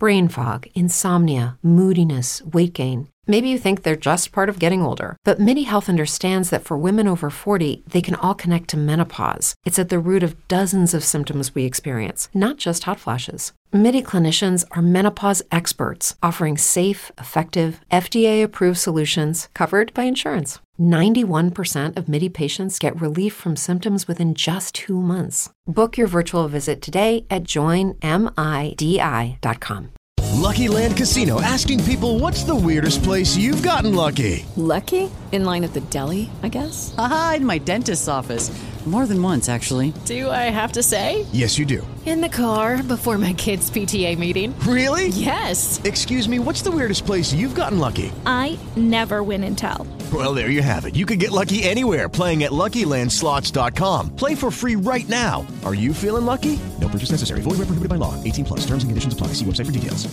brain fog, insomnia, moodiness, weight gain. Maybe you think they're just part of getting older, but MIDI Health understands that for women over 40, they can all connect to menopause. It's at the root of dozens of symptoms we experience, not just hot flashes. MIDI clinicians are menopause experts, offering safe, effective, FDA-approved solutions covered by insurance. 91% of MIDI patients get relief from symptoms within just 2 months. Book your virtual visit today at joinmidi.com. Lucky Land Casino, asking people, what's the weirdest place you've gotten lucky? Lucky? In line at the deli, I guess? Aha, in my dentist's office. More than once, actually. Do I have to say? Yes, you do. In the car before my kids' PTA meeting. Really? Yes. Excuse me, what's the weirdest place you've gotten lucky? I never win and tell. Well, there you have it. You can get lucky anywhere, playing at LuckyLandSlots.com. Play for free right now. Are you feeling lucky? No purchase necessary. Void where prohibited by law. 18 plus. Terms and conditions apply. See website for details.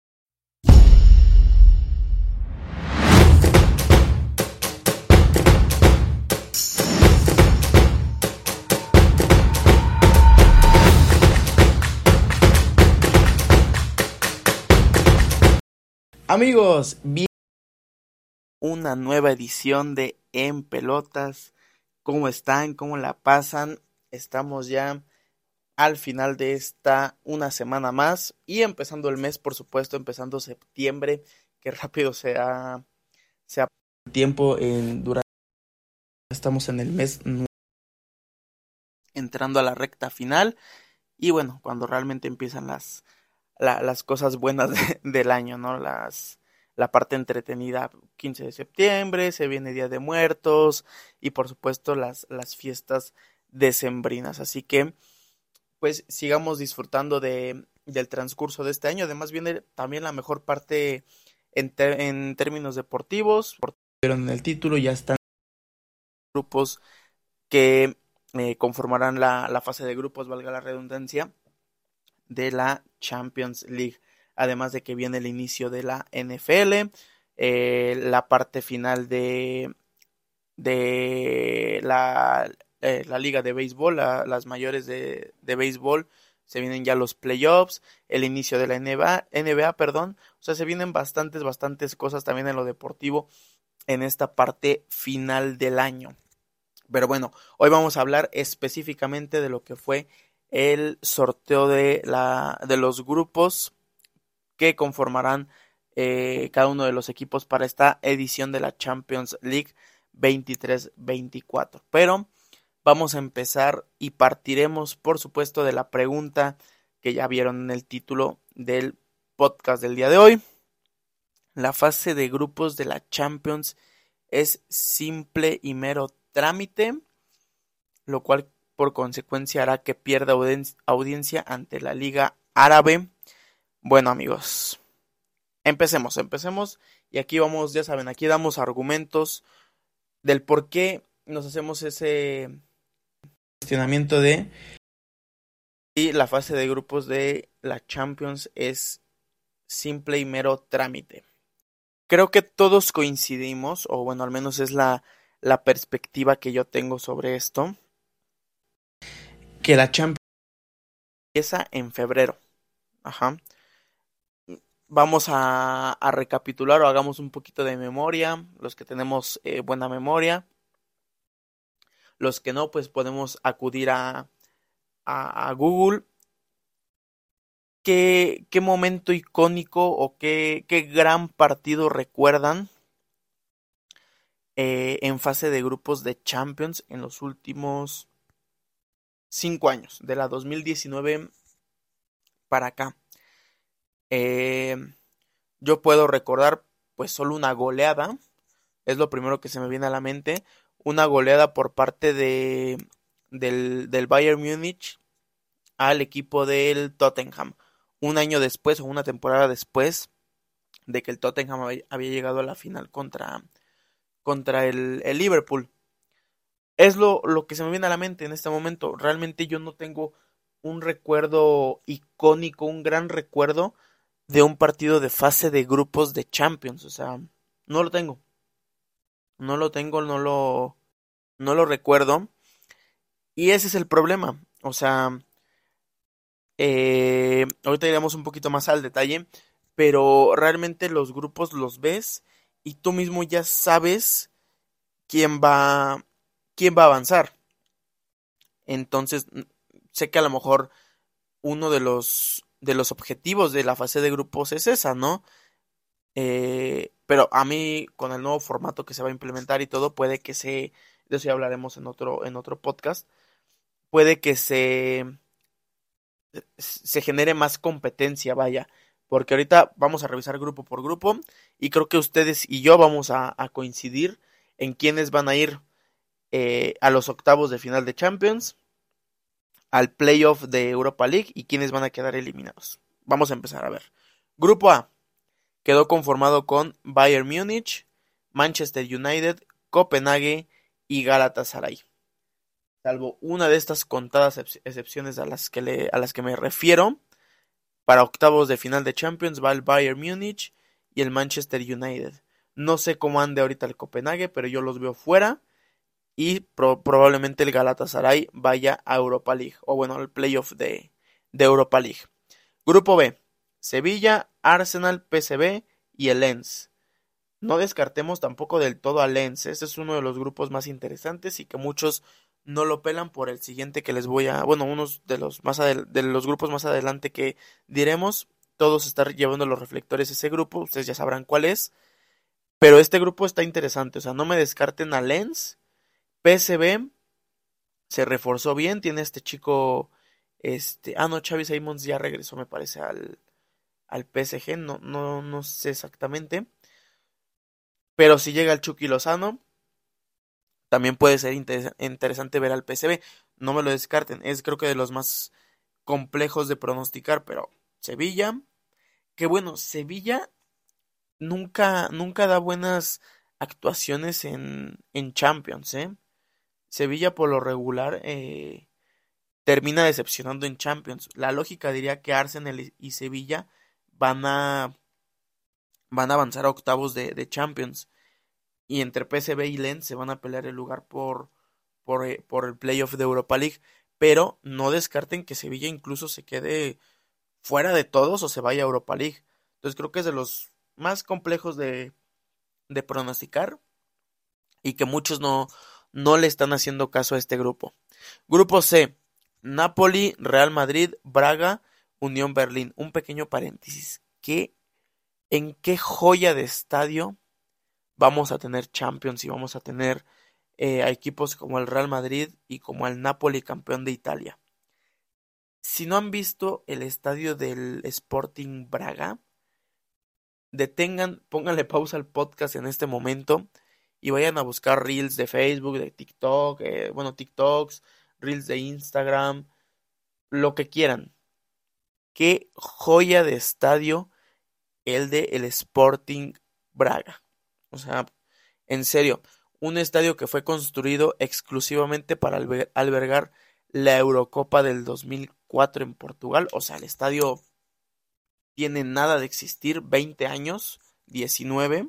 Amigos, bien, una nueva edición de En Pelotas. ¿Cómo están? ¿Cómo la pasan? Estamos ya al final de una semana más y empezando el mes, por supuesto, empezando septiembre, que rápido se ha el tiempo estamos en el mes entrando a la recta final y bueno, cuando realmente empiezan las cosas buenas del año, ¿no? La parte entretenida, 15 de septiembre, se viene Día de Muertos y por supuesto las fiestas decembrinas. Así que, pues, sigamos disfrutando del transcurso de este año. Además viene también la mejor parte en términos deportivos. Pero en el título ya están grupos que conformarán la fase de grupos, valga la redundancia, de la Champions League, además de que viene el inicio de la NFL, la parte final de la liga de béisbol, las mayores de béisbol, se vienen ya los playoffs, el inicio de la NBA, perdón, o sea, se vienen bastantes cosas también en lo deportivo en esta parte final del año. Pero bueno, hoy vamos a hablar específicamente de lo que fue el sorteo de los grupos que conformarán cada uno de los equipos para esta edición de la Champions League 23-24. Pero vamos a empezar y partiremos, por supuesto, de la pregunta que ya vieron en el título del podcast del día de hoy. La fase de grupos de la Champions es simple y mero trámite, lo cual por consecuencia hará que pierda audiencia ante la Liga Árabe. Bueno, amigos, empecemos y aquí vamos, ya saben, aquí damos argumentos del por qué nos hacemos ese cuestionamiento de si la fase de grupos de la Champions es simple y mero trámite. Creo que todos coincidimos, o bueno, al menos es la perspectiva que yo tengo sobre esto, que la Champions empieza en febrero. Ajá. Vamos a recapitular o hagamos un poquito de memoria, los que tenemos buena memoria. Los que no, pues podemos acudir a Google. ¿Qué momento icónico o qué gran partido recuerdan en fase de grupos de Champions en los últimos 5 años, de la 2019 para acá? Yo puedo recordar pues solo una goleada, es lo primero que se me viene a la mente, una goleada por parte del Bayern Múnich al equipo del Tottenham, un año después o una temporada después de que el Tottenham había llegado a la final contra el Liverpool. Es lo que se me viene a la mente en este momento. Realmente yo no tengo un recuerdo icónico, un gran recuerdo de un partido de fase de grupos de Champions. O sea, no lo tengo, no lo recuerdo. Y ese es el problema. O sea, Ahorita iremos un poquito más al detalle, pero realmente los grupos los ves y tú mismo ya sabes quién va, quién va a avanzar. Entonces, sé que a lo mejor uno de los objetivos de la fase de grupos es esa, ¿no? Pero a mí, con el nuevo formato que se va a implementar y todo, puede que de eso ya hablaremos en otro podcast, puede que se genere más competencia, vaya, porque ahorita vamos a revisar grupo por grupo y creo que ustedes y yo vamos a coincidir en quiénes van a ir a los octavos de final de Champions, al playoff de Europa League y quiénes van a quedar eliminados. Vamos a empezar a ver. Grupo A quedó conformado con Bayern Múnich, Manchester United, Copenhague y Galatasaray. Salvo una de estas contadas excepciones a las que me refiero, para octavos de final de Champions va el Bayern Múnich y el Manchester United. No sé cómo ande ahorita el Copenhague, pero yo los veo fuera y probablemente el Galatasaray vaya a Europa League, o bueno, al playoff de Europa League. Grupo B, Sevilla, Arsenal, PSV y el Lens. No descartemos tampoco del todo al Lens. Este es uno de los grupos más interesantes y que muchos no lo pelan por el siguiente que les voy a... Bueno, unos de los de los grupos más adelante que diremos. Todos están llevando los reflectores ese grupo. Ustedes ya sabrán cuál es. Pero este grupo está interesante. O sea, no me descarten al Lens. PSV se reforzó bien. Tiene este chico... no, Xavi Simons ya regresó, me parece, al PSG. No sé exactamente. Pero si llega el Chucky Lozano, también puede ser interesante ver al PSV. No me lo descarten. Es creo que de los más complejos de pronosticar. Pero Sevilla, que bueno, Sevilla nunca da buenas actuaciones en Champions, ¿eh? Sevilla por lo regular termina decepcionando en Champions. La lógica diría que Arsenal y Sevilla van a avanzar a octavos de Champions. Y entre PSV y Lens se van a pelear el lugar por el playoff de Europa League. Pero no descarten que Sevilla incluso se quede fuera de todos o se vaya a Europa League. Entonces creo que es de los más complejos de pronosticar y que muchos no le están haciendo caso a este grupo. Grupo C, Napoli, Real Madrid, Braga, Unión Berlín. Un pequeño paréntesis. ¿En qué joya de estadio vamos a tener Champions y vamos a tener a equipos como el Real Madrid y como el Napoli, campeón de Italia? Si no han visto el estadio del Sporting Braga, pónganle pausa al podcast en este momento y vayan a buscar reels de Facebook, de TikTok, TikToks, reels de Instagram, lo que quieran. Qué joya de estadio el de el Sporting Braga. O sea, en serio, un estadio que fue construido exclusivamente para albergar la Eurocopa del 2004 en Portugal. O sea, el estadio tiene nada de existir, 20 años, 19.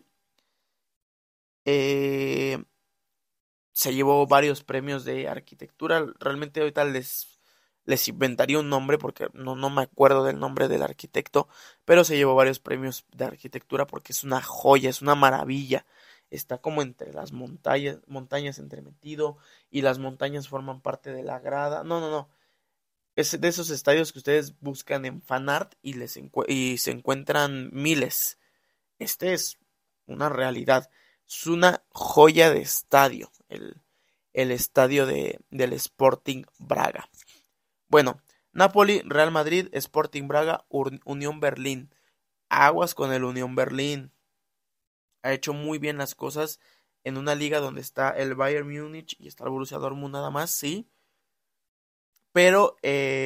Se llevó varios premios de arquitectura. Realmente ahorita les inventaría un nombre porque no me acuerdo del nombre del arquitecto, pero se llevó varios premios de arquitectura porque es una joya, es una maravilla. Está como entre las montañas entremetido y las montañas forman parte de la grada. No. Es de esos estadios que ustedes buscan en fanart y se encuentran miles. Este es una realidad. Es una joya de estadio, el estadio del Sporting Braga. Bueno, Napoli, Real Madrid, Sporting Braga, Unión Berlín. Aguas con el Unión Berlín. Ha hecho muy bien las cosas en una liga donde está el Bayern Múnich y está el Borussia Dortmund nada más, sí. Pero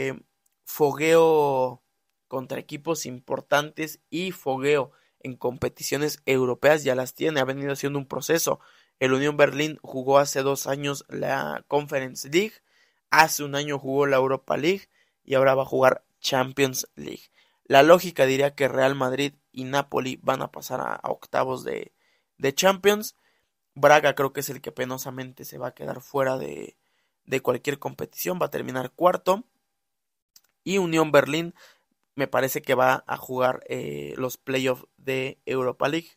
fogueo contra equipos importantes y fogueo en competiciones europeas ya las tiene. Ha venido haciendo un proceso. El Unión Berlín jugó hace 2 años la Conference League. Hace 1 año jugó la Europa League y ahora va a jugar Champions League. La lógica diría que Real Madrid y Napoli van a pasar a octavos de Champions. Braga creo que es el que penosamente se va a quedar fuera de cualquier competición. Va a terminar cuarto. Y Unión Berlín me parece que va a jugar los playoffs de Europa League.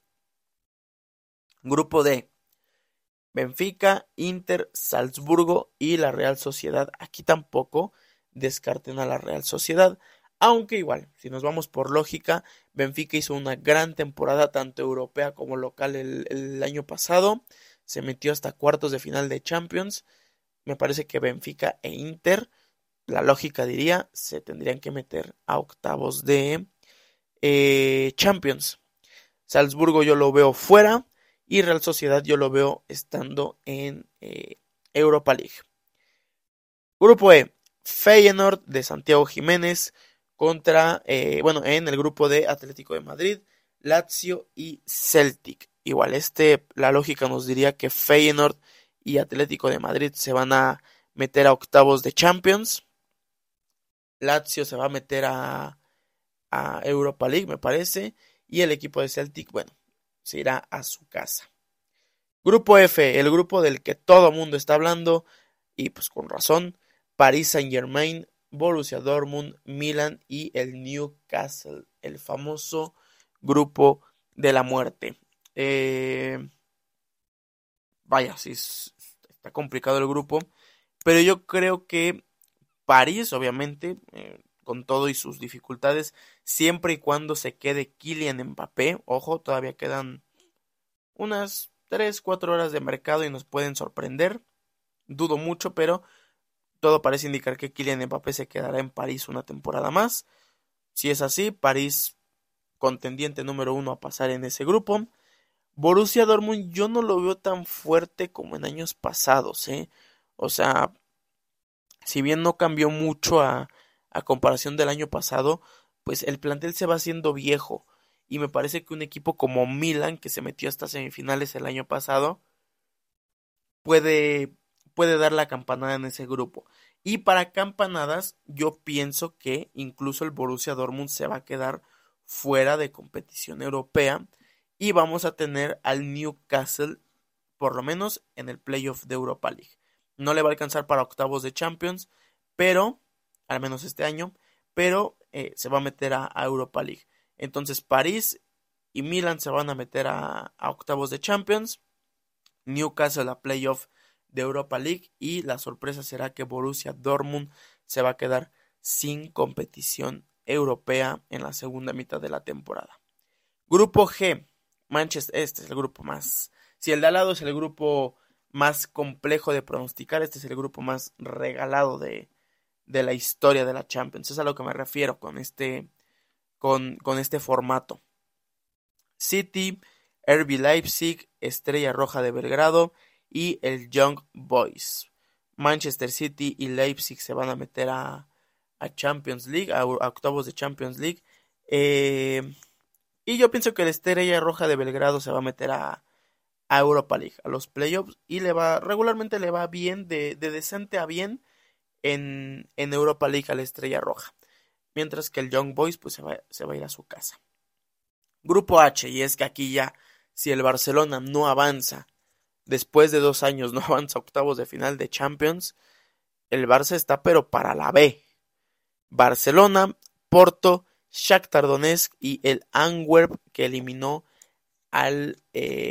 Grupo D: Benfica, Inter, Salzburgo y la Real Sociedad. Aquí tampoco descarten a la Real Sociedad, aunque igual, si nos vamos por lógica, Benfica hizo una gran temporada tanto europea como local el año pasado, se metió hasta cuartos de final de Champions. Me parece que Benfica e Inter, la lógica diría, se tendrían que meter a octavos de Champions. Salzburgo yo lo veo fuera y Real Sociedad yo lo veo estando en Europa League. Grupo E: Feyenoord de Santiago Jiménez contra, en el grupo de Atlético de Madrid, Lazio y Celtic. Igual, la lógica nos diría que Feyenoord y Atlético de Madrid se van a meter a octavos de Champions. Lazio se va a meter a Europa League, me parece. Y el equipo de Celtic, se irá a su casa. Grupo F, el grupo del que todo mundo está hablando, y pues con razón: Paris Saint-Germain, Borussia Dortmund, Milan y el Newcastle, el famoso grupo de la muerte. Sí, está complicado el grupo, pero yo creo que París, obviamente, con todo y sus dificultades, siempre y cuando se quede Kylian Mbappé, ojo, todavía quedan unas 3-4 horas de mercado y nos pueden sorprender, dudo mucho, pero todo parece indicar que Kylian Mbappé se quedará en París una temporada más. Si es así, París contendiente número 1 a pasar en ese grupo. Borussia Dortmund yo no lo veo tan fuerte como en años pasados, O sea, si bien no cambió mucho a comparación del año pasado, pues el plantel se va haciendo viejo. Y me parece que un equipo como Milan, que se metió hasta semifinales el año pasado, puede dar la campanada en ese grupo. Y para campanadas, yo pienso que incluso el Borussia Dortmund se va a quedar fuera de competición europea y vamos a tener al Newcastle por lo menos en el playoff de Europa League. No le va a alcanzar para octavos de Champions, pero, al menos este año, pero se va a meter a Europa League. Entonces París y Milan se van a meter a octavos de Champions, Newcastle a playoff de Europa League y la sorpresa será que Borussia Dortmund se va a quedar sin competición europea en la segunda mitad de la temporada. Grupo G, Manchester, este es el grupo más, si el de al lado es el grupo más complejo de pronosticar, este es el grupo más regalado de la historia de la Champions, es a lo que me refiero con este formato. City, RB Leipzig, Estrella Roja de Belgrado y el Young Boys. Manchester City y Leipzig se van a meter a Champions League, a octavos de Champions League. Y yo pienso que la Estrella Roja de Belgrado se va a meter a Europa League, a los playoffs, y regularmente le va bien, de decente a bien en Europa League a la Estrella Roja. Mientras que el Young Boys pues se va a ir a su casa. Grupo H, y es que aquí ya, si el Barcelona no avanza, después de 2 años no avanza a octavos de final de Champions, el Barça está pero para la B. Barcelona, Porto, Shakhtar Donetsk y el Antwerp, que eliminó al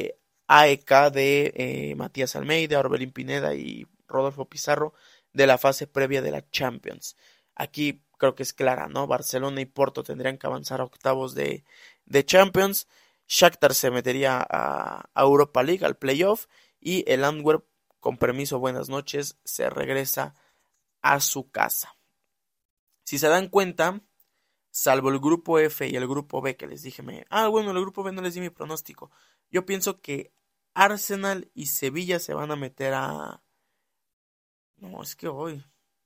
AEK de Matías Almeida, Orbelín Pineda y Rodolfo Pizarro de la fase previa de la Champions. Aquí creo que es clara, ¿no? Barcelona y Porto tendrían que avanzar a octavos de Champions. Shakhtar se metería a Europa League, al playoff, y el Antwerp, con permiso, buenas noches, se regresa a su casa. Si se dan cuenta, salvo el grupo F y el grupo B que les dije, el grupo B no les di mi pronóstico. Yo pienso que Arsenal y Sevilla se van a meter a... No, es que hoy...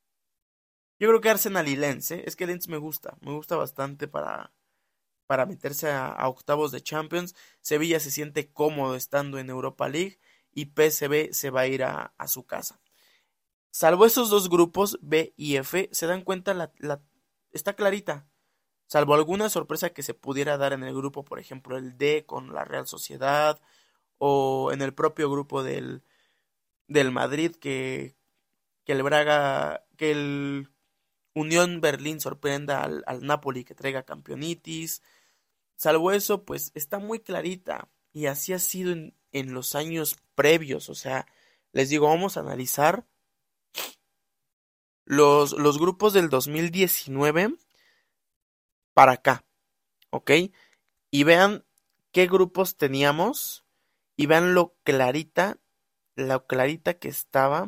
Yo creo que Arsenal y Lens, es que Lens me gusta bastante para meterse a octavos de Champions. Sevilla se siente cómodo estando en Europa League y PSV se va a ir a su casa. Salvo esos dos grupos, B y F, se dan cuenta, está clarita. Salvo alguna sorpresa que se pudiera dar en el grupo, por ejemplo el D con la Real Sociedad, o en el propio grupo del Madrid, que el Braga, que el Unión Berlín sorprenda al Napoli que traiga campeonitis. Salvo eso, pues está muy clarita. Y así ha sido en los años previos. O sea, les digo, vamos a analizar los grupos del 2019 para acá, ¿ok? Y vean qué grupos teníamos y vean lo clarita que estaba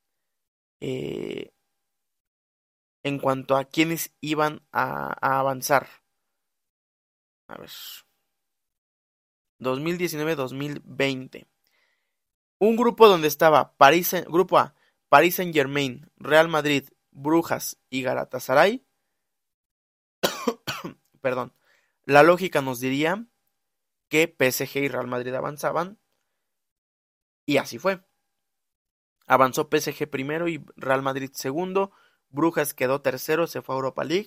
en cuanto a quiénes iban a avanzar. A ver, 2019-2020. Un grupo donde estaba Grupo A, Paris Saint-Germain, Real Madrid, Brujas y Galatasaray. Perdón. La lógica nos diría que PSG y Real Madrid avanzaban. Y así fue. Avanzó PSG primero y Real Madrid segundo. Brujas quedó tercero, se fue a Europa League.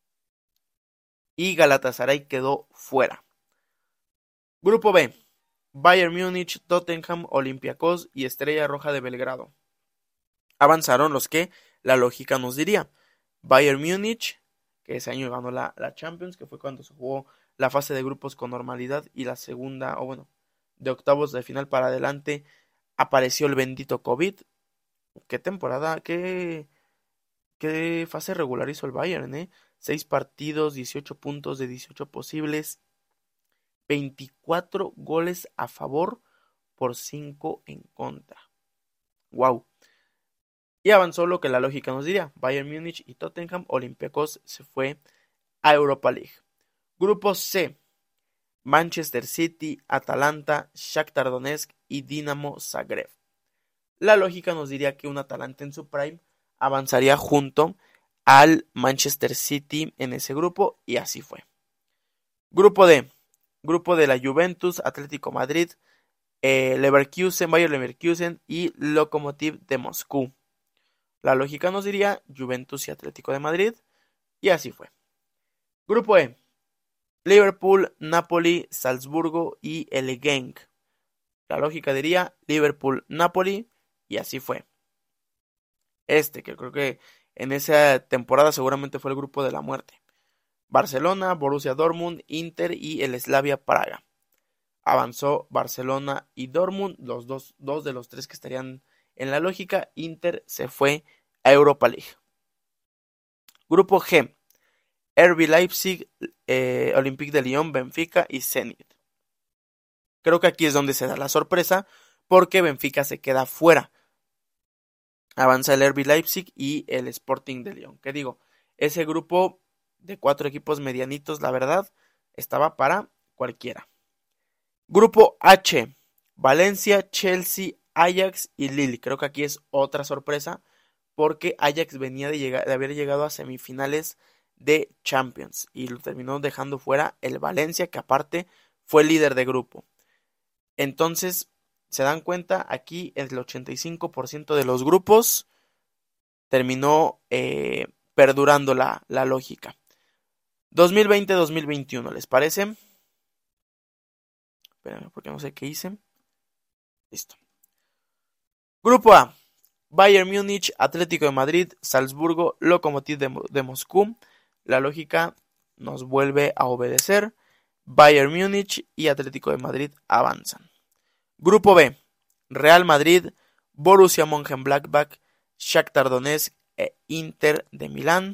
Y Galatasaray quedó fuera. Grupo B. Bayern Múnich, Tottenham, Olympiacos y Estrella Roja de Belgrado. Avanzaron los que la lógica nos diría. Bayern Múnich, que ese año ganó la Champions, que fue cuando se jugó la fase de grupos con normalidad, y la segunda, de octavos de final para adelante, apareció el bendito COVID. Qué temporada, qué fase regular hizo el Bayern, 6 partidos, 18 puntos de 18 posibles, 24 goles a favor por 5 en contra. Wow. Y avanzó lo que la lógica nos diría. Bayern Múnich y Tottenham. Olympiacos se fue a Europa League. Grupo C. Manchester City, Atalanta, Shakhtar Donetsk y Dinamo Zagreb. La lógica nos diría que un Atalanta en su prime avanzaría junto al Manchester City en ese grupo, y así fue. Grupo D. Grupo de la Juventus, Atlético Madrid, Leverkusen, Bayer Leverkusen y Lokomotiv de Moscú. La lógica nos diría Juventus y Atlético de Madrid, y así fue. Grupo E. Liverpool, Napoli, Salzburgo y el Genk. La lógica diría Liverpool, Napoli, y así fue. Que creo que en esa temporada seguramente fue el grupo de la muerte. Barcelona, Borussia Dortmund, Inter y el Slavia Praga. Avanzó Barcelona y Dortmund, los dos de los tres que estarían en la lógica. Inter se fue a Europa League. Grupo G. RB Leipzig, Olympique de Lyon, Benfica y Zenit. Creo que aquí es donde se da la sorpresa, porque Benfica se queda fuera. Avanza el RB Leipzig y el Sporting de Lyon. ¿Qué digo? Ese grupo de 4 equipos medianitos, la verdad, estaba para cualquiera. Grupo H. Valencia, Chelsea, Ajax y Lille. Creo que aquí es otra sorpresa, porque Ajax venía de haber llegado a semifinales de Champions y lo terminó dejando fuera el Valencia, que aparte fue líder de grupo. Entonces, se dan cuenta, aquí el 85% de los grupos terminó perdurando la lógica. 2020-2021, ¿les parece? Espérenme, porque no sé qué hice. Listo. Grupo A. Bayern Múnich, Atlético de Madrid, Salzburgo, Lokomotiv de Moscú. La lógica nos vuelve a obedecer. Bayern Múnich y Atlético de Madrid avanzan. Grupo B. Real Madrid, Borussia Mönchengladbach, Shakhtar Donetsk e Inter de Milán.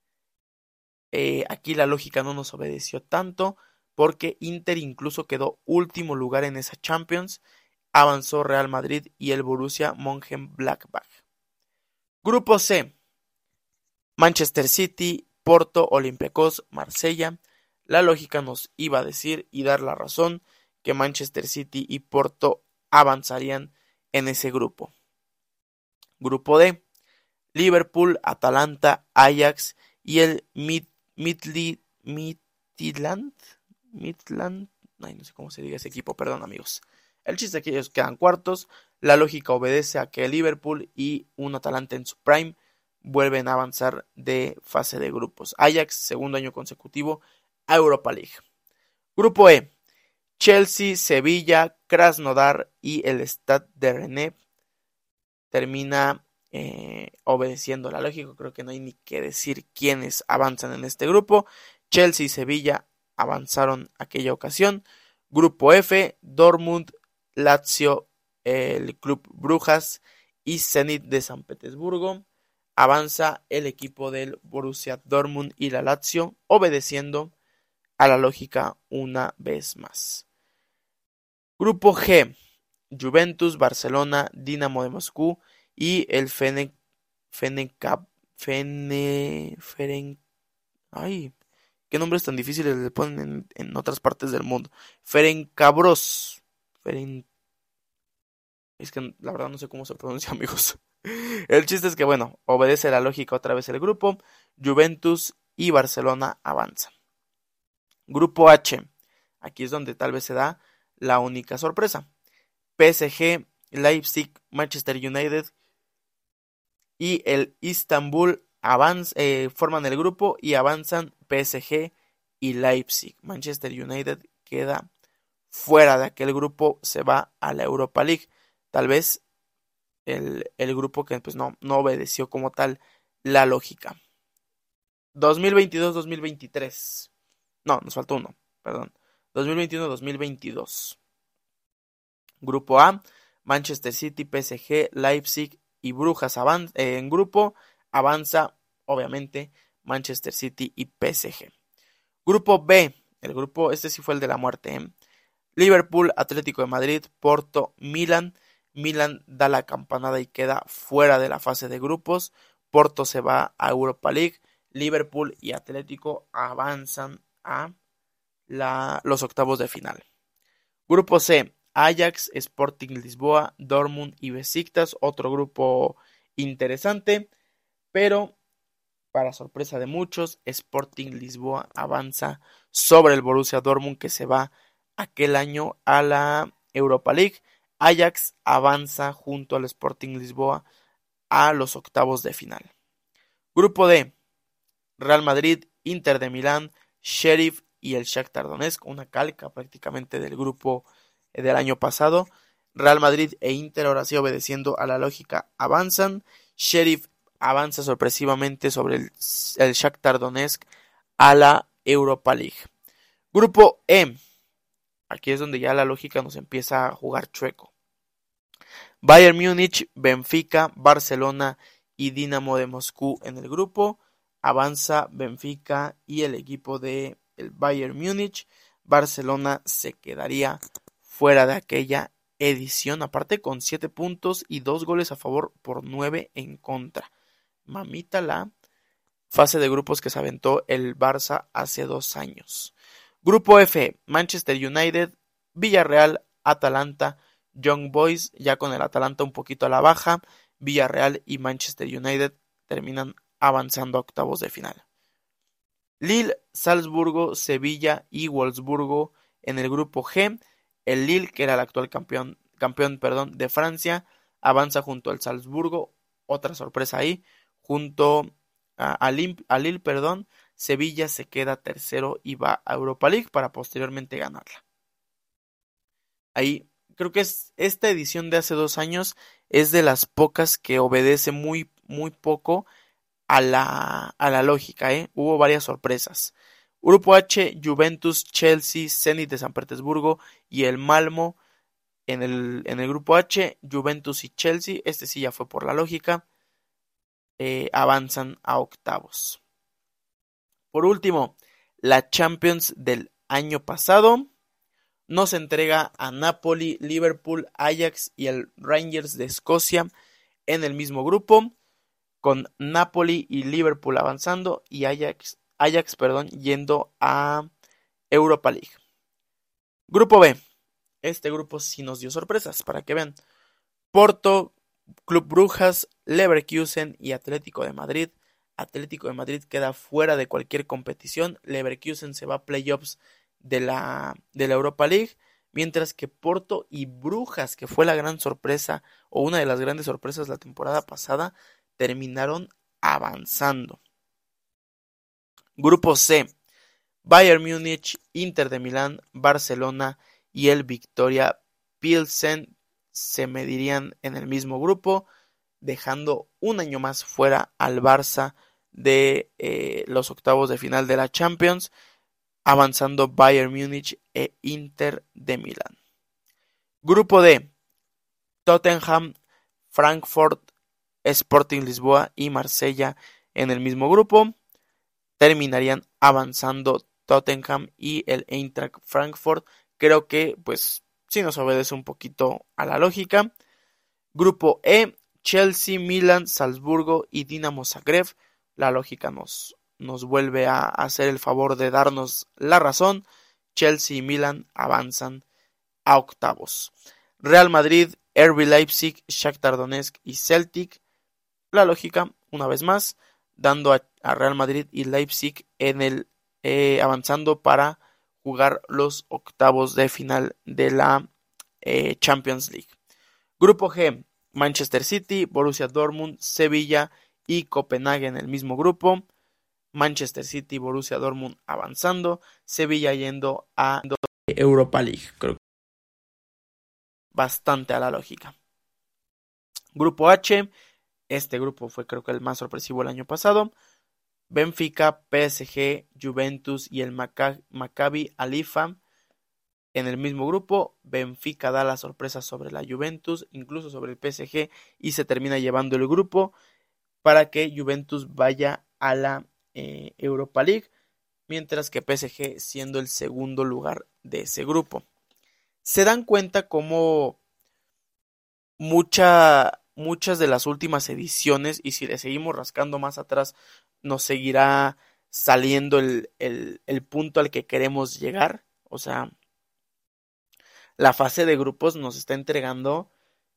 Aquí la lógica no nos obedeció tanto, porque Inter incluso quedó último lugar en esa Champions. Avanzó Real Madrid y el Borussia Mönchengladbach. Grupo C. Manchester City, Porto, Olympiacos, Marsella. La lógica nos iba a decir y dar la razón que Manchester City y Porto avanzarían en ese grupo. Grupo D. Liverpool, Atalanta, Ajax y el Midland. Ay, no sé cómo se diga ese equipo, perdón amigos. El chiste es que ellos quedan cuartos. La lógica obedece a que Liverpool y un Atalanta en su prime vuelven a avanzar de fase de grupos. Ajax, segundo año consecutivo a Europa League. Grupo E. Chelsea, Sevilla, Krasnodar y el Stade de Rennes. Termina obedeciendo la lógica. Creo que no hay ni que decir quiénes avanzan en este grupo. Chelsea y Sevilla avanzaron aquella ocasión. Grupo F, Dortmund, Lazio, el Club Brujas y Zenit de San Petersburgo. Avanza el equipo del Borussia Dortmund y la Lazio, obedeciendo a la lógica una vez más. Grupo G, Juventus, Barcelona, Dinamo de Moscú y el ay, qué nombres tan difíciles le ponen en otras partes del mundo. Ferencváros. Es que la verdad no sé cómo se pronuncia, amigos. El chiste es que, bueno, obedece la lógica otra vez el grupo. Juventus y Barcelona avanzan. Grupo H. Aquí es donde tal vez se da la única sorpresa. PSG, Leipzig, Manchester United y el Istanbul forman el grupo y avanzan PSG y Leipzig. Manchester United queda fuera de aquel grupo, se va a la Europa League. Tal vez el grupo que pues no obedeció como tal la lógica. 2022-2023. No, nos faltó uno, perdón. 2021-2022. Grupo A, Manchester City, PSG, Leipzig y Brujas en grupo. Avanza, obviamente, Manchester City y PSG. Grupo B, este sí fue el de la muerte. Liverpool, Atlético de Madrid, Porto, Milan. Milan da la campanada y queda fuera de la fase de grupos. Porto se va a Europa League. Liverpool y Atlético avanzan a los octavos de final. Grupo C, Ajax, Sporting Lisboa, Dortmund y Besiktas. Otro grupo interesante, pero para sorpresa de muchos, Sporting Lisboa avanza sobre el Borussia Dortmund, que se va aquel año a la Europa League. Ajax avanza junto al Sporting Lisboa a los octavos de final. Grupo D, Real Madrid, Inter de Milán, Sheriff y el Shakhtar Donetsk, una calca prácticamente del grupo del año pasado. Real Madrid e Inter, ahora sí obedeciendo a la lógica, avanzan. Sheriff avanza sorpresivamente sobre el Shakhtar Donetsk a la Europa League. Grupo E, aquí es donde ya la lógica nos empieza a jugar chueco. Bayern Múnich, Benfica, Barcelona y Dinamo de Moscú en el grupo. Avanza Benfica y el equipo de el Bayern Múnich. Barcelona se quedaría fuera de aquella edición, aparte con 7 puntos y 2 goles a favor por 9 en contra. Mamita la fase de grupos que se aventó el Barça hace 2 años. Grupo F, Manchester United, Villarreal, Atalanta, Young Boys, ya con el Atalanta un poquito a la baja. Villarreal y Manchester United terminan avanzando a octavos de final. Lille, Salzburgo, Sevilla y Wolfsburgo en el grupo G. El Lille, que era el actual campeón de Francia, avanza junto al Salzburgo. Otra sorpresa ahí. Junto a Lille, Sevilla se queda tercero y va a Europa League para posteriormente ganarla. Ahí creo que esta edición de hace 2 años es de las pocas que obedece muy, muy poco a la lógica. Hubo varias sorpresas. Grupo H, Juventus, Chelsea, Zenit de San Petersburgo y el Malmo. En el grupo H, Juventus y Chelsea, este sí ya fue por la lógica, avanzan a octavos. Por último, la Champions del año pasado nos entrega a Napoli, Liverpool, Ajax y el Rangers de Escocia en el mismo grupo, con Napoli y Liverpool avanzando y Ajax yendo a Europa League. Grupo B. Este grupo sí nos dio sorpresas, para que vean. Porto, Club Brujas, Leverkusen y Atlético de Madrid. Atlético de Madrid queda fuera de cualquier competición. Leverkusen se va a playoffs de la Europa League, mientras que Porto y Brujas, que fue la gran sorpresa o una de las grandes sorpresas la temporada pasada, terminaron avanzando. Grupo C, Bayern Múnich, Inter de Milán, Barcelona y el Viktoria Pilsen se medirían en el mismo grupo. dejando un año más fuera al Barça de los octavos de final de la Champions, avanzando Bayern Múnich e Inter de Milán. Grupo D: Tottenham, Frankfurt, Sporting Lisboa y Marsella en el mismo grupo. Terminarían avanzando Tottenham y el Eintracht Frankfurt. Creo que pues sí nos obedece un poquito a la lógica. Grupo E: Chelsea, Milan, Salzburgo y Dinamo Zagreb. La lógica nos vuelve a hacer el favor de darnos la razón. Chelsea y Milan avanzan a octavos. Real Madrid, RB Leipzig, Shakhtar Donetsk y Celtic. La lógica, una vez más, dando a Real Madrid y Leipzig en el avanzando para jugar los octavos de final de la Champions League. Grupo G: Manchester City, Borussia Dortmund, Sevilla y Copenhague en el mismo grupo. Manchester City y Borussia Dortmund avanzando, Sevilla yendo a Europa League. Creo que bastante a la lógica. Grupo H: este grupo fue creo que el más sorpresivo el año pasado. Benfica, PSG, Juventus y el Maccabi Haifa en el mismo grupo. Benfica da la sorpresa sobre la Juventus, incluso sobre el PSG, y se termina llevando el grupo para que Juventus vaya a la Europa League, mientras que PSG siendo el segundo lugar de ese grupo. Se dan cuenta cómo muchas de las últimas ediciones, y si le seguimos rascando más atrás, nos seguirá saliendo el punto al que queremos llegar. O sea, la fase de grupos nos está entregando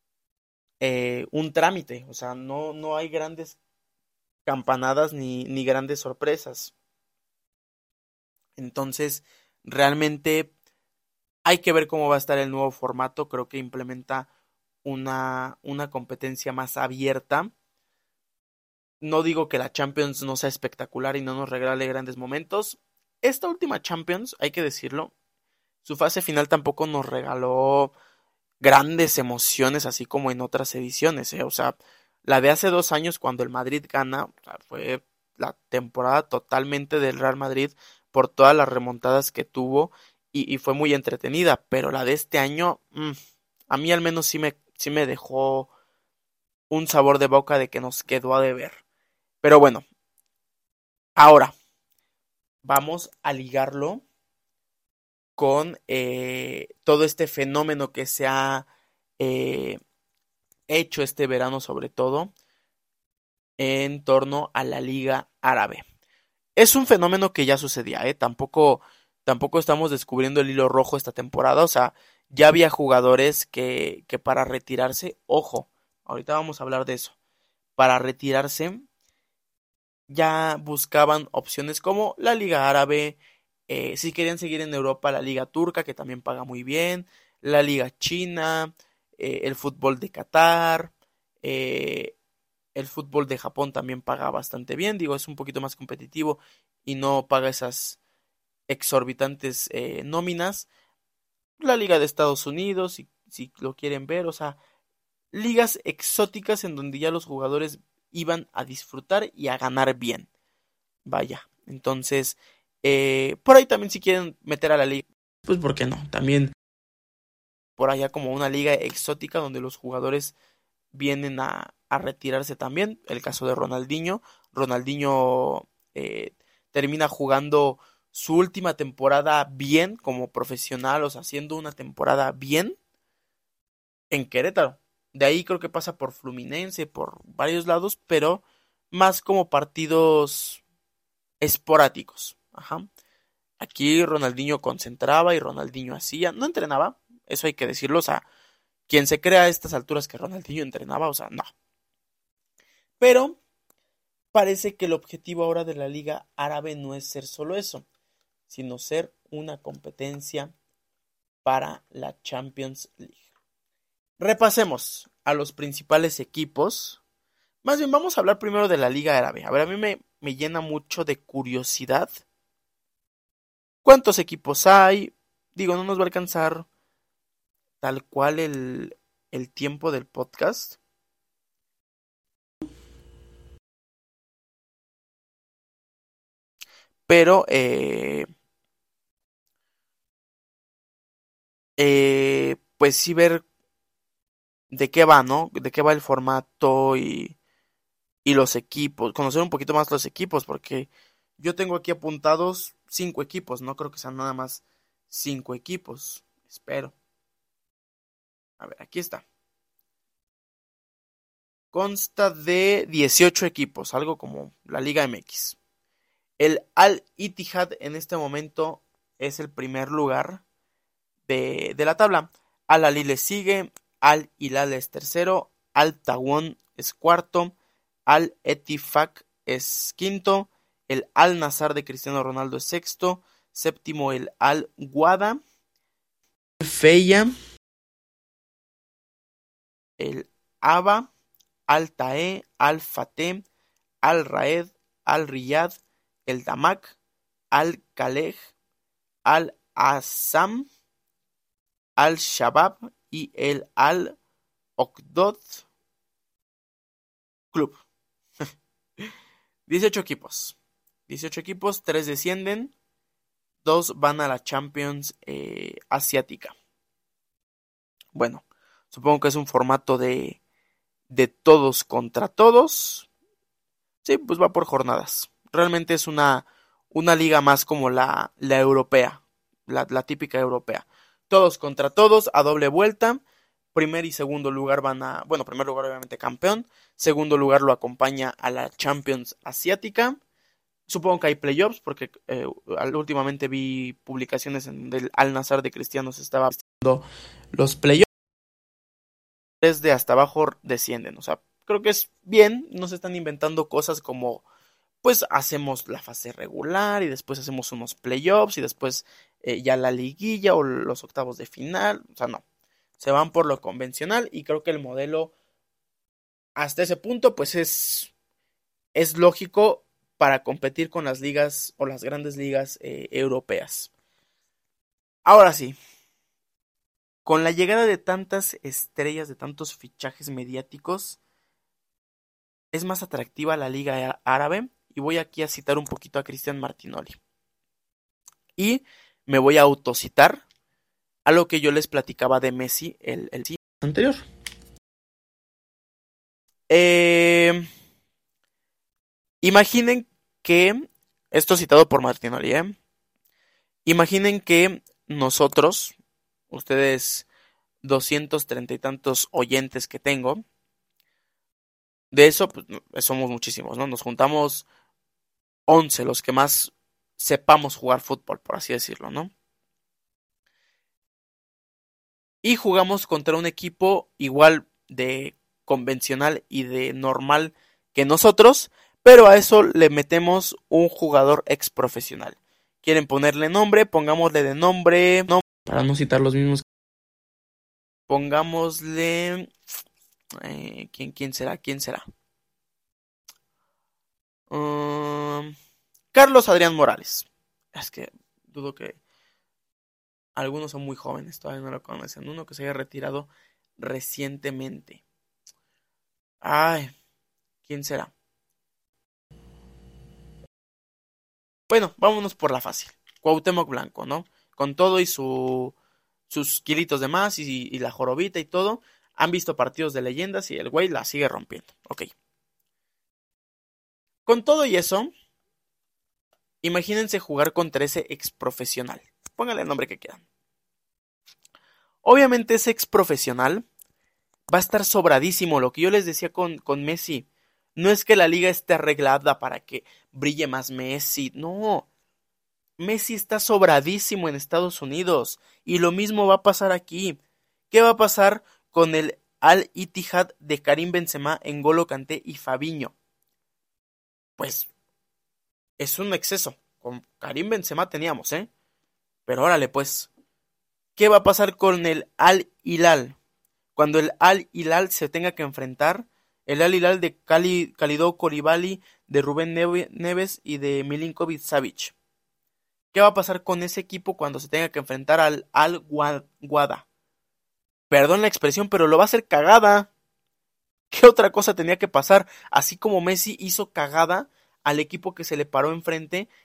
un trámite. O sea, no hay grandes campanadas ni grandes sorpresas. Entonces, realmente hay que ver cómo va a estar el nuevo formato. Creo que implementa una competencia más abierta. No digo que la Champions no sea espectacular y no nos regale grandes momentos. Esta última Champions, hay que decirlo, su fase final tampoco nos regaló grandes emociones así como en otras ediciones. O sea, la de hace 2 años cuando el Madrid gana, o sea, fue la temporada totalmente del Real Madrid por todas las remontadas que tuvo y fue muy entretenida. Pero la de este año, a mí al menos sí me dejó un sabor de boca de que nos quedó a deber. Pero bueno, ahora vamos a ligarlo con todo este fenómeno que se ha hecho este verano, sobre todo en torno a la Liga Árabe. Es un fenómeno que ya sucedía, tampoco estamos descubriendo el hilo rojo esta temporada. O sea, ya había jugadores que para retirarse, ojo, ahorita vamos a hablar de eso, para retirarse ya buscaban opciones como la Liga Árabe, si querían seguir en Europa, la Liga Turca, que también paga muy bien, la Liga China, el fútbol de Qatar, el fútbol de Japón también paga bastante bien. Digo, es un poquito más competitivo y no paga esas exorbitantes nóminas. La Liga de Estados Unidos, si lo quieren ver, o sea, ligas exóticas en donde ya los jugadores iban a disfrutar y a ganar bien. Vaya, entonces, por ahí también si quieren meter a la liga, pues ¿por qué no? También por allá como una liga exótica donde los jugadores vienen a retirarse también. El caso de Ronaldinho. Ronaldinho termina jugando su última temporada bien como profesional, o sea, haciendo una temporada bien en Querétaro. De ahí creo que pasa por Fluminense, por varios lados, pero más como partidos esporádicos. Ajá. Aquí Ronaldinho concentraba y Ronaldinho hacía, no entrenaba, eso hay que decirlo. O sea, quien se crea a estas alturas que Ronaldinho entrenaba, o sea, no. Pero parece que el objetivo ahora de la Liga Árabe no es ser solo eso, sino ser una competencia para la Champions League. Repasemos a los principales equipos. Más bien vamos a hablar primero de la Liga Árabe. A ver, a mí me llena mucho de curiosidad. ¿Cuántos equipos hay? Digo, no nos va a alcanzar tal cual el tiempo del podcast. pero pues sí ver de qué va, ¿no? De qué va el formato y los equipos, conocer un poquito más los equipos, porque yo tengo aquí apuntados 5 equipos, no creo que sean nada más 5 equipos, espero. A ver, aquí está. Consta de 18 equipos, algo como la Liga MX. El Al-Ittihad en este momento es el primer lugar de la tabla. Al-Ahly le sigue, Al-Hilal es tercero, Al-Tawon es cuarto, Al-Ettifaq es quinto, el Al-Nassr de Cristiano Ronaldo es sexto, séptimo el Al-Wahda, Feya, el Aba, Al-Tae, Al-Fateh, Al-Raed, Al-Riyad, el Damak, Al-Khalej, Al-Assam, Al-Shabab y el Al-Oqdod Club. 18 equipos. 18 equipos, 3 descienden, 2 van a la Champions asiática. Bueno, supongo que es un formato de todos contra todos. Sí, pues va por jornadas. Realmente es una liga más como la europea, la típica europea. Todos contra todos, a doble vuelta. Primer y segundo lugar van a... Bueno, primer lugar obviamente campeón. Segundo lugar lo acompaña a la Champions asiática. Supongo que hay playoffs porque últimamente vi publicaciones en del Al-Nassr de Cristiano se estaba haciendo los playoffs. Desde hasta abajo descienden. O sea, creo que es bien. No se están inventando cosas como... Pues hacemos la fase regular y después hacemos unos playoffs y después ya la liguilla o los octavos de final. O sea, no. Se van por lo convencional y creo que el modelo hasta ese punto pues es lógico para competir con las ligas o las grandes ligas europeas. Ahora sí, con la llegada de tantas estrellas, de tantos fichajes mediáticos, es más atractiva la liga árabe. Y voy aquí a citar un poquito a Cristian Martinoli. Y me voy a autocitar a lo que yo les platicaba de Messi el anterior. Imaginen que, esto citado por Martinoli, imaginen que nosotros, ustedes 230 y tantos oyentes que tengo, de eso pues, somos muchísimos, ¿no? Nos juntamos 11, los que más sepamos jugar fútbol, por así decirlo, ¿no? Y jugamos contra un equipo igual de convencional y de normal que nosotros, pero a eso le metemos un jugador ex profesional. ¿Quieren ponerle nombre? Pongámosle de nombre, para no citar los mismos. Pongámosle... ¿Quién será? Carlos Adrián Morales. Es que dudo que algunos son muy jóvenes, todavía no lo conocen. Uno que se haya retirado recientemente. Ay, ¿quién será? Bueno, vámonos por la fácil. Cuauhtémoc Blanco, ¿no? Con todo y sus kilitos de más y la jorobita y todo. Han visto partidos de leyendas y el güey la sigue rompiendo. Ok. Con todo y eso, imagínense jugar contra ese ex profesional. Pónganle el nombre que quieran. Obviamente ese ex profesional va a estar sobradísimo. Lo que yo les decía con Messi. No es que la liga esté arreglada para que brille más Messi. No. Messi está sobradísimo en Estados Unidos. Y lo mismo va a pasar aquí. ¿Qué va a pasar con el Al-Ittihad de Karim Benzema, N'Golo Kanté y Fabinho? Pues es un exceso. Con Karim Benzema teníamos, pero órale pues. ¿Qué va a pasar con el Al-Hilal? Cuando el Al-Hilal se tenga que enfrentar, el Al-Hilal de Kalidou Koulibaly, de Rubén Neves y de Milinkovic Savic. ¿Qué va a pasar con ese equipo cuando se tenga que enfrentar al Al-Wahda? Perdón la expresión, pero lo va a hacer cagada. ¿Qué otra cosa tenía que pasar? Así como Messi hizo cagada al equipo que se le paró enfrente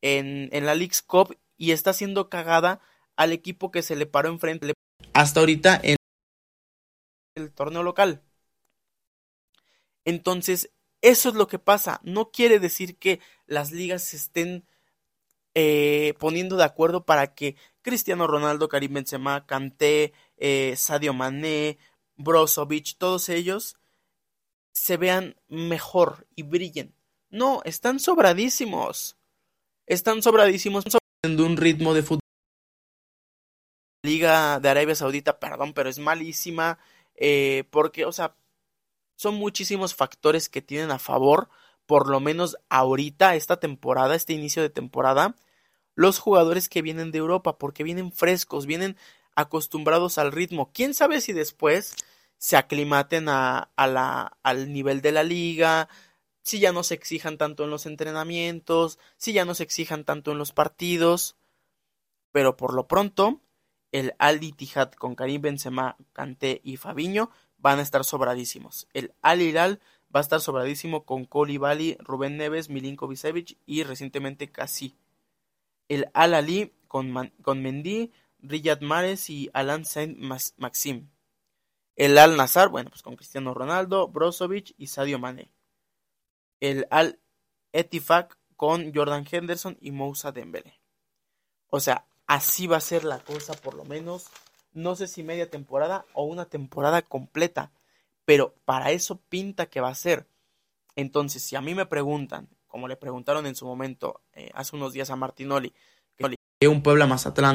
en la Leagues Cup y está haciendo cagada al equipo que se le paró enfrente hasta ahorita en el torneo local. Entonces, eso es lo que pasa. No quiere decir que las ligas se estén poniendo de acuerdo para que Cristiano Ronaldo, Karim Benzema, Kanté, Sadio Mané, Brozovic, todos ellos se vean mejor y brillen. No, están sobradísimos. Están sobradísimos de un ritmo de fútbol. La Liga de Arabia Saudita, perdón, pero es malísima. Porque, o sea, son muchísimos factores que tienen a favor, por lo menos ahorita, esta temporada, este inicio de temporada, los jugadores que vienen de Europa, porque vienen frescos, vienen acostumbrados al ritmo. ¿Quién sabe si después se aclimaten al nivel de la liga, si ya no se exijan tanto en los entrenamientos, si ya no se exijan tanto en los partidos? Pero por lo pronto, el Al-Ittihad con Karim Benzema, Kanté y Fabinho van a estar sobradísimos. El Al-Hilal va a estar sobradísimo con Koulibaly, Rubén Neves, Milinkovic-Savic y recientemente Cassie. El Al-Ahly con Mendy, Riyad Mahrez y Alain Saint-Maxim. El Al-Nassr, bueno, pues con Cristiano Ronaldo, Brozovic y Sadio Mané. El Al-Ettifaq con Jordan Henderson y Moussa Dembélé. O sea, así va a ser la cosa por lo menos, no sé si media temporada o una temporada completa, pero para eso pinta que va a ser. Entonces, si a mí me preguntan, como le preguntaron en su momento, hace unos días a Martinoli, que un Puebla Mazatlán,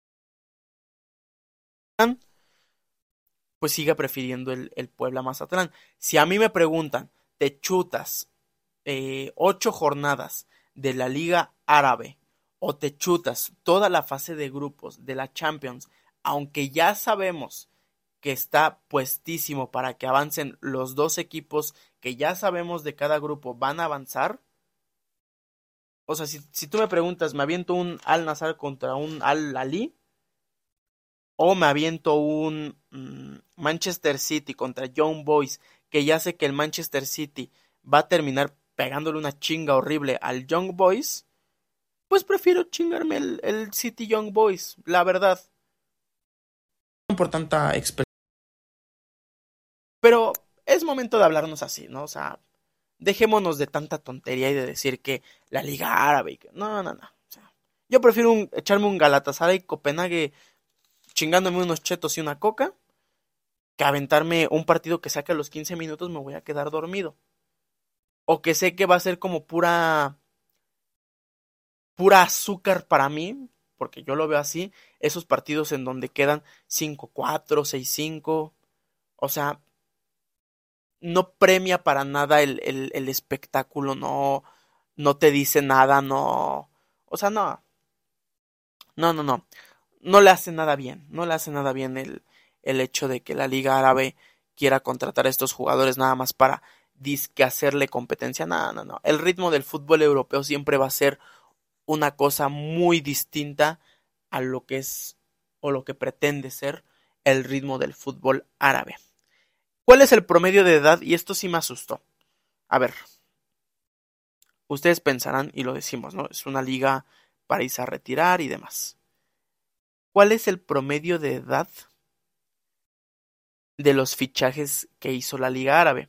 pues siga prefiriendo el Puebla Mazatlán. Si a mí me preguntan, te chutas 8 jornadas de la Liga Árabe o te chutas toda la fase de grupos de la Champions, aunque ya sabemos que está puestísimo para que avancen los 2 equipos que ya sabemos de cada grupo van a avanzar. O sea, si tú me preguntas, ¿me aviento un Al-Nassr contra un Al-Ahly? ¿O me aviento un Manchester City contra Young Boys? Que ya sé que el Manchester City va a terminar pegándole una chinga horrible al Young Boys. Pues prefiero chingarme el City Young Boys, la verdad. No por tanta experiencia. Pero es momento de hablarnos así, ¿no? O sea, dejémonos de tanta tontería y de decir que la Liga Árabe. No. O sea, yo prefiero echarme un Galatasaray Copenhague chingándome unos chetos y una coca que aventarme un partido que saque a los 15 minutos me voy a quedar dormido. O que sé que va a ser como pura azúcar para mí, porque yo lo veo así, esos partidos en donde quedan 5-4, 6-5, o sea, no premia para nada el espectáculo, no te dice nada, no, o sea, no le hace nada bien, el hecho de que la Liga Árabe quiera contratar a estos jugadores nada más para disque hacerle competencia, no, el ritmo del fútbol europeo siempre va a ser una cosa muy distinta a lo que es o lo que pretende ser el ritmo del fútbol árabe. ¿Cuál es el promedio de edad? Y esto sí me asustó. A ver, ustedes pensarán, y lo decimos, ¿no? Es una liga para irse a retirar y demás. ¿Cuál es el promedio de edad de los fichajes que hizo la Liga Árabe?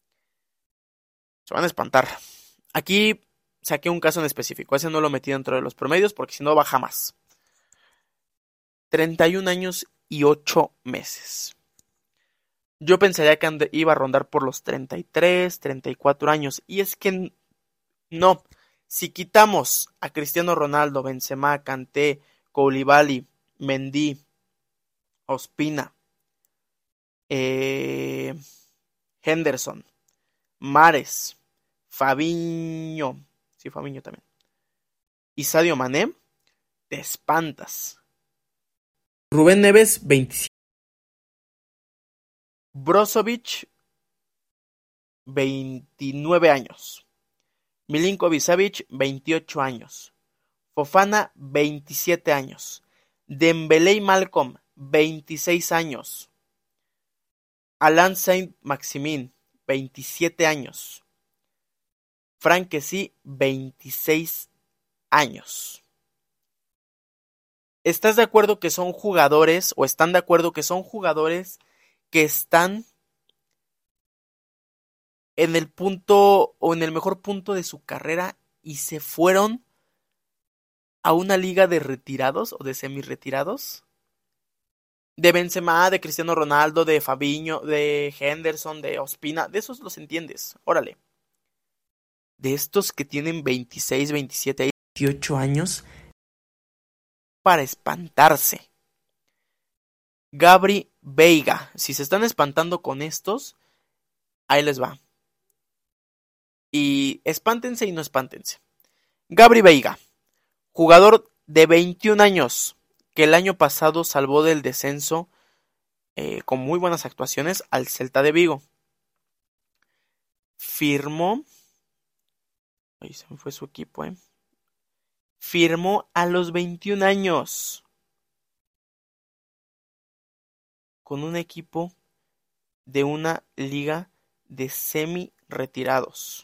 Se van a espantar. Aquí saqué un caso en específico, ese no lo metí dentro de los promedios porque si no baja más. 31 años y 8 meses. Yo pensaría que iba a rondar por los 33, 34 años. Y es que no. Si quitamos a Cristiano Ronaldo, Benzema, Kanté, Koulibaly, Mendy, Ospina, Henderson, Mahrez, Fabinho, sí, Fabinho también, y Sadio Mané, te espantas. Rubén Neves, 27. Brozovic, 29 años. Milinkovic-Savic, 28 años. Fofana, 27 años. Dembélé y Malcolm, 26 años. Alain Saint-Maximin, 27 años. Franck Kessie, 26 años. ¿Estás de acuerdo que son jugadores o están de acuerdo que son jugadores que están en el punto o en el mejor punto de su carrera y se fueron a una liga de retirados o de semi-retirados? De Benzema, de Cristiano Ronaldo, de Fabinho, de Henderson, de Ospina, de esos los entiendes, órale. De estos que tienen 26, 27, 28 años, para espantarse. Gabri Veiga, si se están espantando con estos, ahí les va. Y espántense y no espántense. Gabri Veiga, jugador de 21 años, que el año pasado salvó del descenso con muy buenas actuaciones al Celta de Vigo. Firmó, ahí se me fue su equipo, firmó a los 21 años con un equipo de una liga de semi-retirados.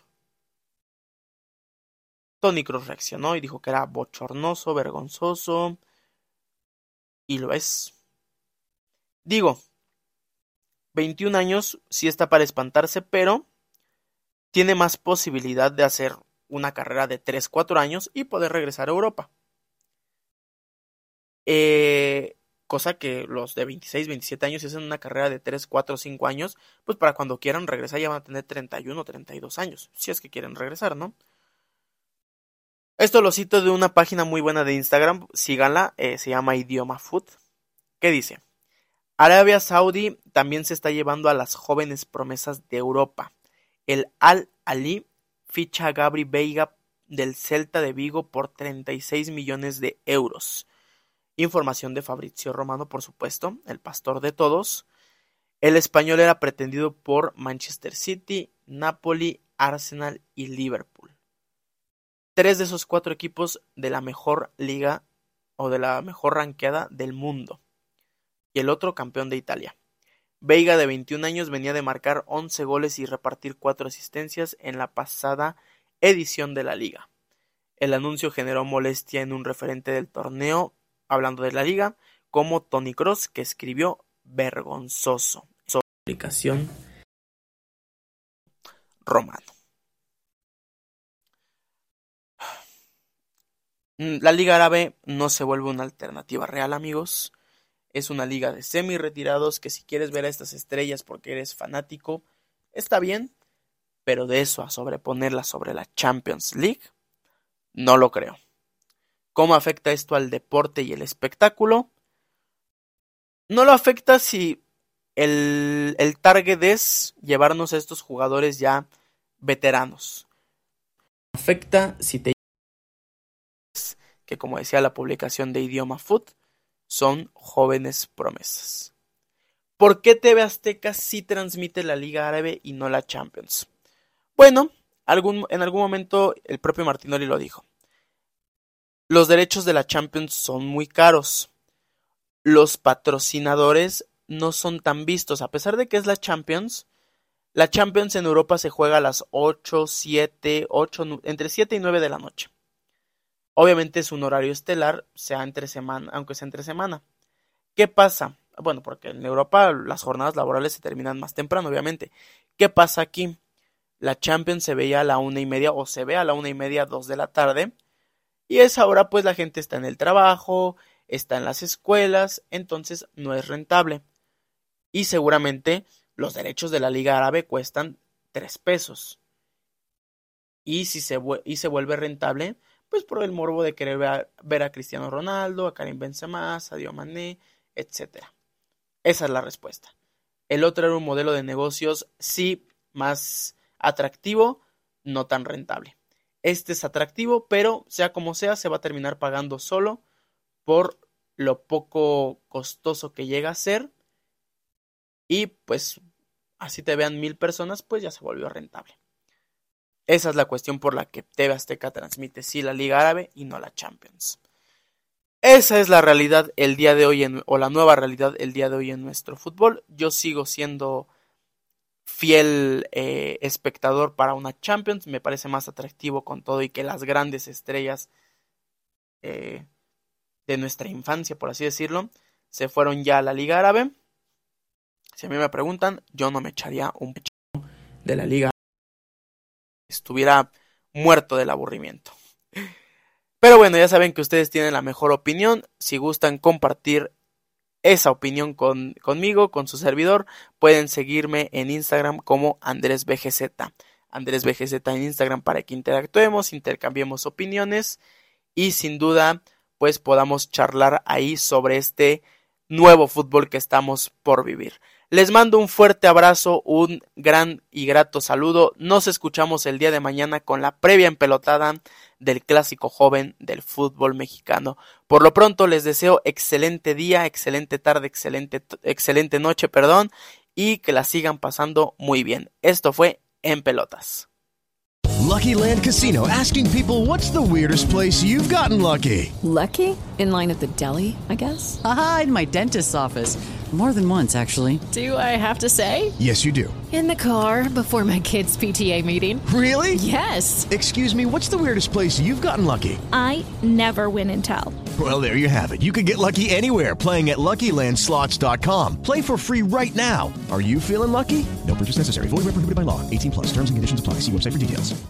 Toni Kroos reaccionó y dijo que era bochornoso, vergonzoso, y lo es. Digo, 21 años sí está para espantarse, pero tiene más posibilidad de hacer una carrera de 3-4 años y poder regresar a Europa. Cosa que los de 26, 27 años, si hacen una carrera de 3, 4, 5 años, pues para cuando quieran regresar ya van a tener 31, 32 años, si es que quieren regresar, ¿no? Esto lo cito de una página muy buena de Instagram, síganla, se llama Idioma Food, que dice: Arabia Saudí también se está llevando a las jóvenes promesas de Europa. El Al-Ahly ficha a Gabri Veiga del Celta de Vigo por 36 millones de euros. Información de Fabrizio Romano, por supuesto, el pastor de todos. El español era pretendido por Manchester City, Napoli, Arsenal y Liverpool. 3 de esos 4 equipos de la mejor liga o de la mejor ranqueada del mundo. Y el otro campeón de Italia. Veiga, de 21 años, venía de marcar 11 goles y repartir 4 asistencias en la pasada edición de la liga. El anuncio generó molestia en un referente del torneo, hablando de la liga, como Toni Kroos, que escribió vergonzoso. Su aplicación Romano. La Liga Árabe no se vuelve una alternativa real, amigos. Es una liga de semi-retirados que si quieres ver a estas estrellas porque eres fanático, está bien, pero de eso a sobreponerla sobre la Champions League, no lo creo. ¿Cómo afecta esto al deporte y el espectáculo? No lo afecta si el target es llevarnos a estos jugadores ya veteranos. Afecta si te que, como decía la publicación de Idioma Food, son jóvenes promesas. ¿Por qué TV Azteca sí transmite la Liga Árabe y no la Champions? Bueno, en algún momento el propio Martinoli lo dijo. Los derechos de la Champions son muy caros. Los patrocinadores no son tan vistos. A pesar de que es la Champions en Europa se juega a las 8, entre 7 y 9 de la noche. Obviamente es un horario estelar, aunque sea entre semana. ¿Qué pasa? Bueno, porque en Europa las jornadas laborales se terminan más temprano, obviamente. ¿Qué pasa aquí? La Champions se veía a la 1:30 o se ve a la 1:30, 2 de la tarde. Y a esa hora pues la gente está en el trabajo, está en las escuelas, entonces no es rentable. Y seguramente los derechos de la Liga Árabe cuestan 3 pesos. Y si se vuelve rentable, pues por el morbo de querer ver a Cristiano Ronaldo, a Karim Benzema, a Sadio Mané, etc. Esa es la respuesta. El otro era un modelo de negocios sí más atractivo, no tan rentable. Este es atractivo, pero sea como sea, se va a terminar pagando solo por lo poco costoso que llega a ser. Y pues así te vean 1000 personas, pues ya se volvió rentable. Esa es la cuestión por la que TV Azteca transmite sí la Liga Árabe y no la Champions. Esa es la realidad el día de hoy, o la nueva realidad el día de hoy en nuestro fútbol. Yo sigo siendo fiel espectador para una Champions. Me parece más atractivo con todo y que las grandes estrellas de nuestra infancia, por así decirlo, se fueron ya a la Liga Árabe. Si a mí me preguntan, yo no me echaría un pecho de la Liga Árabe. Estuviera muerto del aburrimiento. Pero bueno, ya saben que ustedes tienen la mejor opinión. Si gustan compartir esa opinión conmigo, con su servidor, pueden seguirme en Instagram como AndrésBGZ. AndrésBGZ en Instagram para que interactuemos, intercambiemos opiniones y sin duda pues podamos charlar ahí sobre este nuevo fútbol que estamos por vivir. Les mando un fuerte abrazo, un gran y grato saludo. Nos escuchamos el día de mañana con la previa empelotada del clásico joven del fútbol mexicano. Por lo pronto les deseo excelente día, excelente tarde, excelente noche, y que la sigan pasando muy bien. Esto fue En Pelotas. Lucky Land Casino, asking people, what's the weirdest place you've gotten lucky? Lucky? In line at the deli, I guess? Aha, in my dentist's office. More than once, actually. Do I have to say? Yes, you do. In the car before my kids' PTA meeting. Really? Yes. Excuse me, what's the weirdest place you've gotten lucky? I never win and tell. Well, there you have it. You can get lucky anywhere, playing at LuckyLandSlots.com. Play for free right now. Are you feeling lucky? No purchase necessary. Void where prohibited by law. 18+. Terms and conditions apply. See website for details.